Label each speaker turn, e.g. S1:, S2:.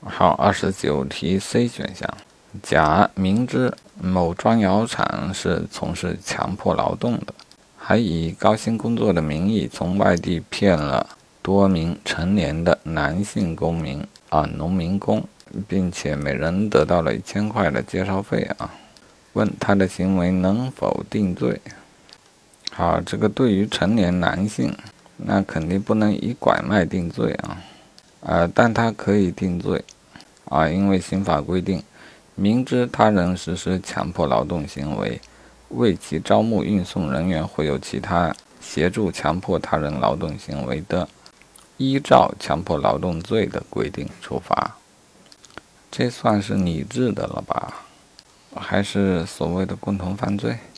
S1: 好，29题 C 选项，甲明知某砖窑厂是从事强迫劳动的，还以高薪工作的名义从外地骗了多名成年的男性公民农民工，并且每人得到了1000块的介绍费问他的行为能否定罪？好，这个对于成年男性，那肯定不能以拐卖定罪但他可以定罪因为刑法规定，明知他人实施强迫劳动行为，为其招募运送人员或有其他协助强迫他人劳动行为的，依照强迫劳动罪的规定处罚。这算是拟制的了吧？还是所谓的共同犯罪？